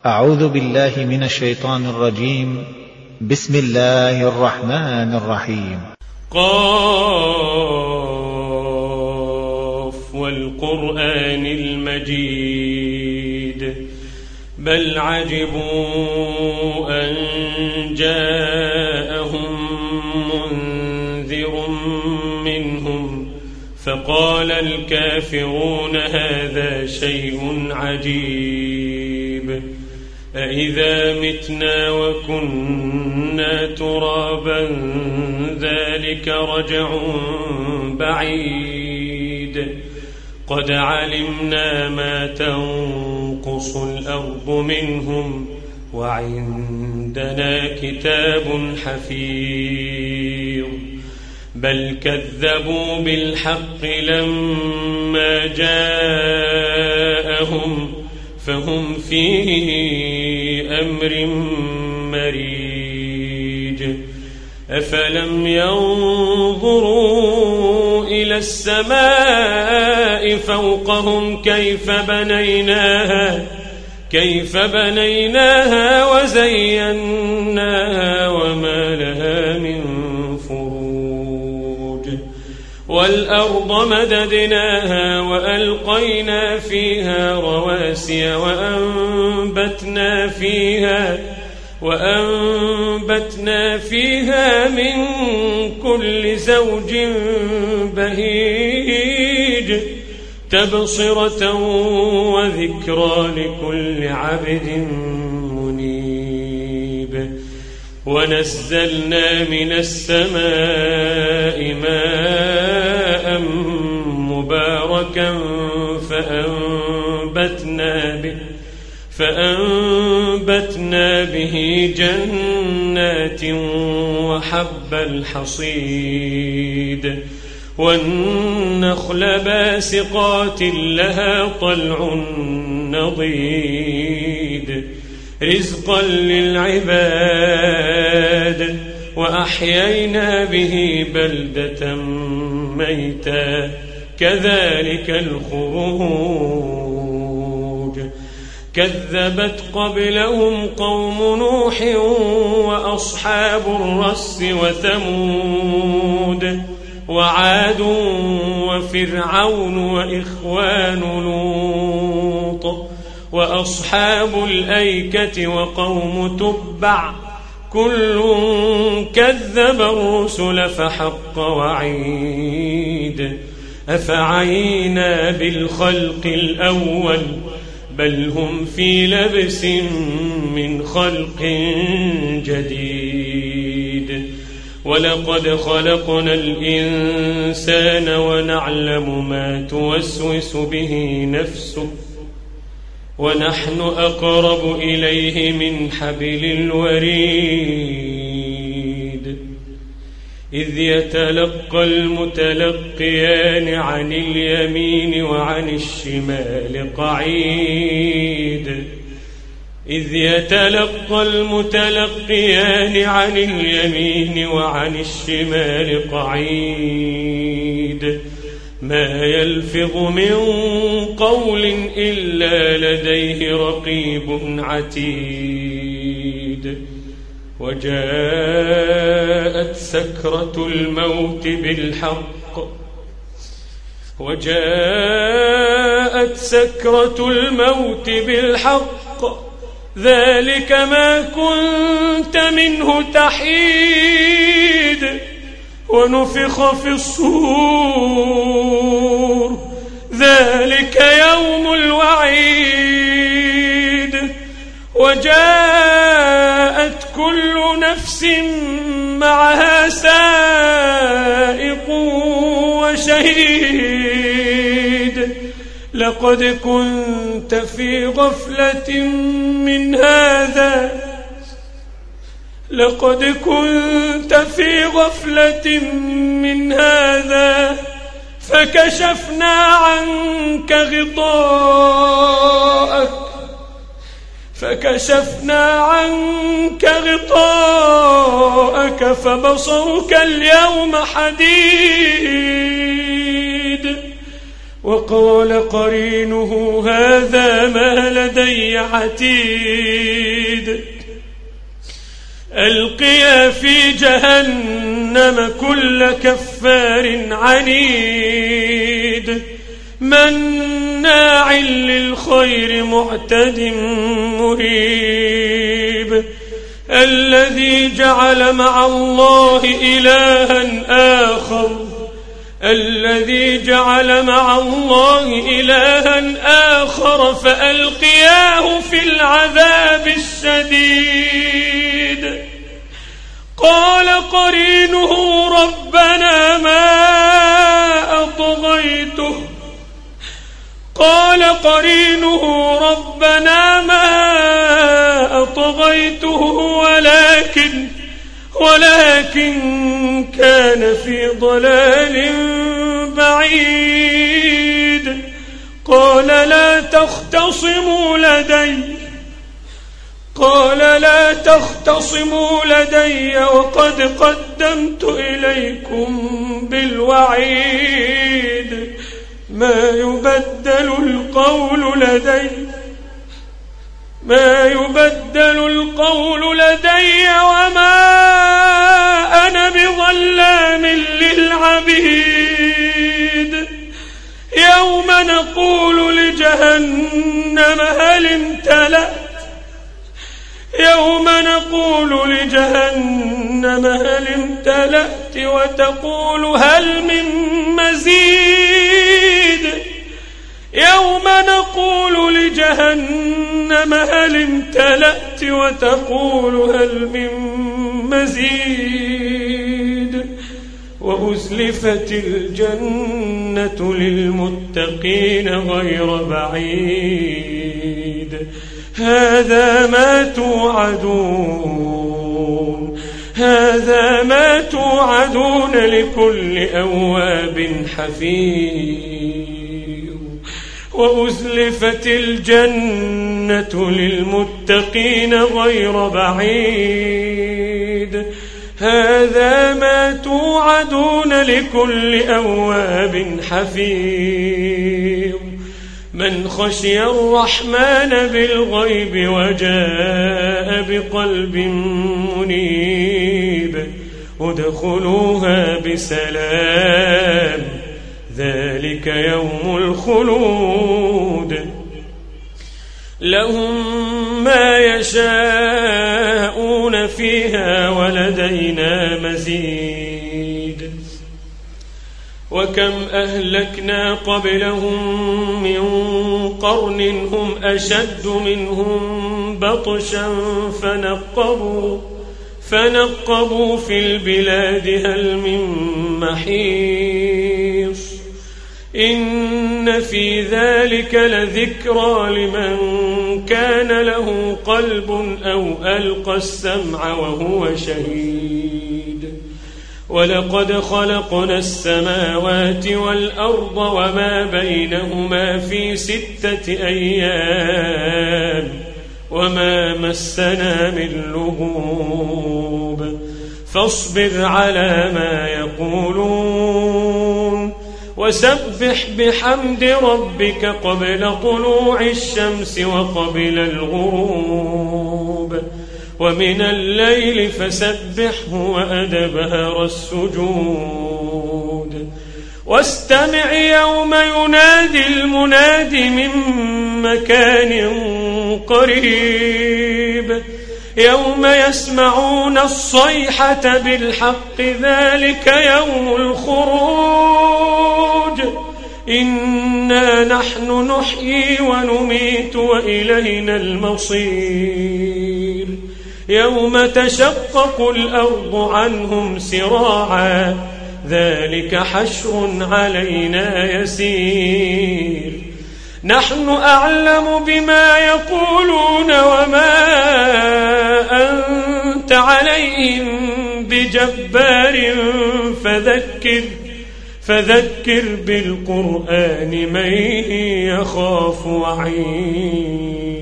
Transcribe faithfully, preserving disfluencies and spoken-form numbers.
أعوذ بالله من الشيطان الرجيم. بسم الله الرحمن الرحيم. قاف والقرآن المجيد بل عجبوا أن جاءهم منذر منهم فقال الكافرون هذا شيء عجيب أإذا متنا وكنا ترابا ذلك رجع بعيد قد علمنا ما تنقص الأرض منهم وعندنا كتاب حفيظ بل كذبوا بالحق لما جاءهم فهم في أمر مريج أفلم ينظروا إلى السماء فوقهم كيف بنيناها كيف بنيناها وزيناها وما لها من فروج والأرض مددناها وألقينا فيها رواسي وأنبتنا فيها وأنبتنا فيها من كل زوج بهيج تبصرة وذكرى لكل عبد منيب ونزلنا من السماء ماء مباركا فأنبتنا به فأنبتنا به جنات وحب الحصيد والنخل باسقات لها طلع نضيد رزقا للعباد وأحيينا به بلدة ميتا كذلك الخروج كذبت قبلهم قوم نوح وأصحاب الرس وثمود وعاد وفرعون وإخوان لوط وأصحاب الأيكة وقوم تبع كل كذب الرسل فحق وعيد أفعينا بالخلق الأول بل هم في لبس من خلق جديد ولقد خلقنا الإنسان ونعلم ما توسوس به نفسه ونحن أقرب إليه من حبل الوريد إذ يتلقى المتلقيان عن اليمين وعن الشمال قعيد إذ يتلقى المتلقيان عن اليمين وعن الشمال قعيد ما يلفظ من قول إلا لديه رقيب عتيد وجاءت سكرة الموت بالحق وجاءت سكرة الموت بالحق ذلك ما كنت منه تحيد ونفخ في الصور ذلك يوم الوعيد وجاءت كل نفس معها سائق وشهيد لقد كنت في غفلة من هذا لقد كنت في غفلة من هذا فكشفنا عنك غطاءك فكشفنا عنك غطاءك فبصرك اليوم حديد وقال قرينه هذا ما لدي عتيد ألقيا في جهنم كل كفار عنيد مناع للخير معتد مريب الذي جعل مع الله إلها آخر الذي جعل مع الله إلها آخر فألقياه في العذاب الشديد قال قرينه ربنا ما أطغيته قال قرينه ربنا ما أطغيته ولكن ولكن كان في ضلال بعيد قال لا تختصموا لدي قال لا تختصموا لدي وقد قدمت إليكم بالوعيد ما يبدل القول لدي ما يبدل القول لدي وما أنا بظلام للعبيد يوم نقول لجهنم هل امتلأت يوم نقول لجهنم هل امتلأت وتقول هل من مزيد يوم نقول لجهنم هل امتلأت وتقول هل من مزيد وأزلفت الجنة للمتقين غير بعيد هذا ما توعدون هذا ما توعدون لكل أواب حفيظ وأزلفت الجنة للمتقين غير بعيد هذا ما توعدون لكل أواب حفيظ من خشي الرحمن بالغيب وجاء بقلب منيب ادخلوها بسلام ذلك يوم الخلود لهم ما يشاءون فيها ولدينا مزيد وكم أهلكنا قبلهم من قرن هم أشد منهم بطشا فنقبوا فنقبوا في البلاد هل من محيص إن في ذلك لذكرى لمن كان له قلب أو ألقى السمع وهو شهيد ولقد خلقنا السماوات والأرض وما بينهما في ستة أيام وما مسنا من لغوب فاصبر على ما يقولون وسبح بحمد ربك قبل طلوع الشمس وقبل الغروب ومن الليل فسبحه وأدبار السجود واستمع يوم ينادي المناد من مكان قريب يوم يسمعون الصيحة بالحق ذلك يوم الخروج إنا نحن نحيي ونميت وإلينا المصير يوم تشقق الأرض عنهم سراعا ذلك حشر علينا يسير نحن أعلم بما يقولون وما أنت عليهم بجبار فذكر فذكر بالقرآن من يخاف وعيد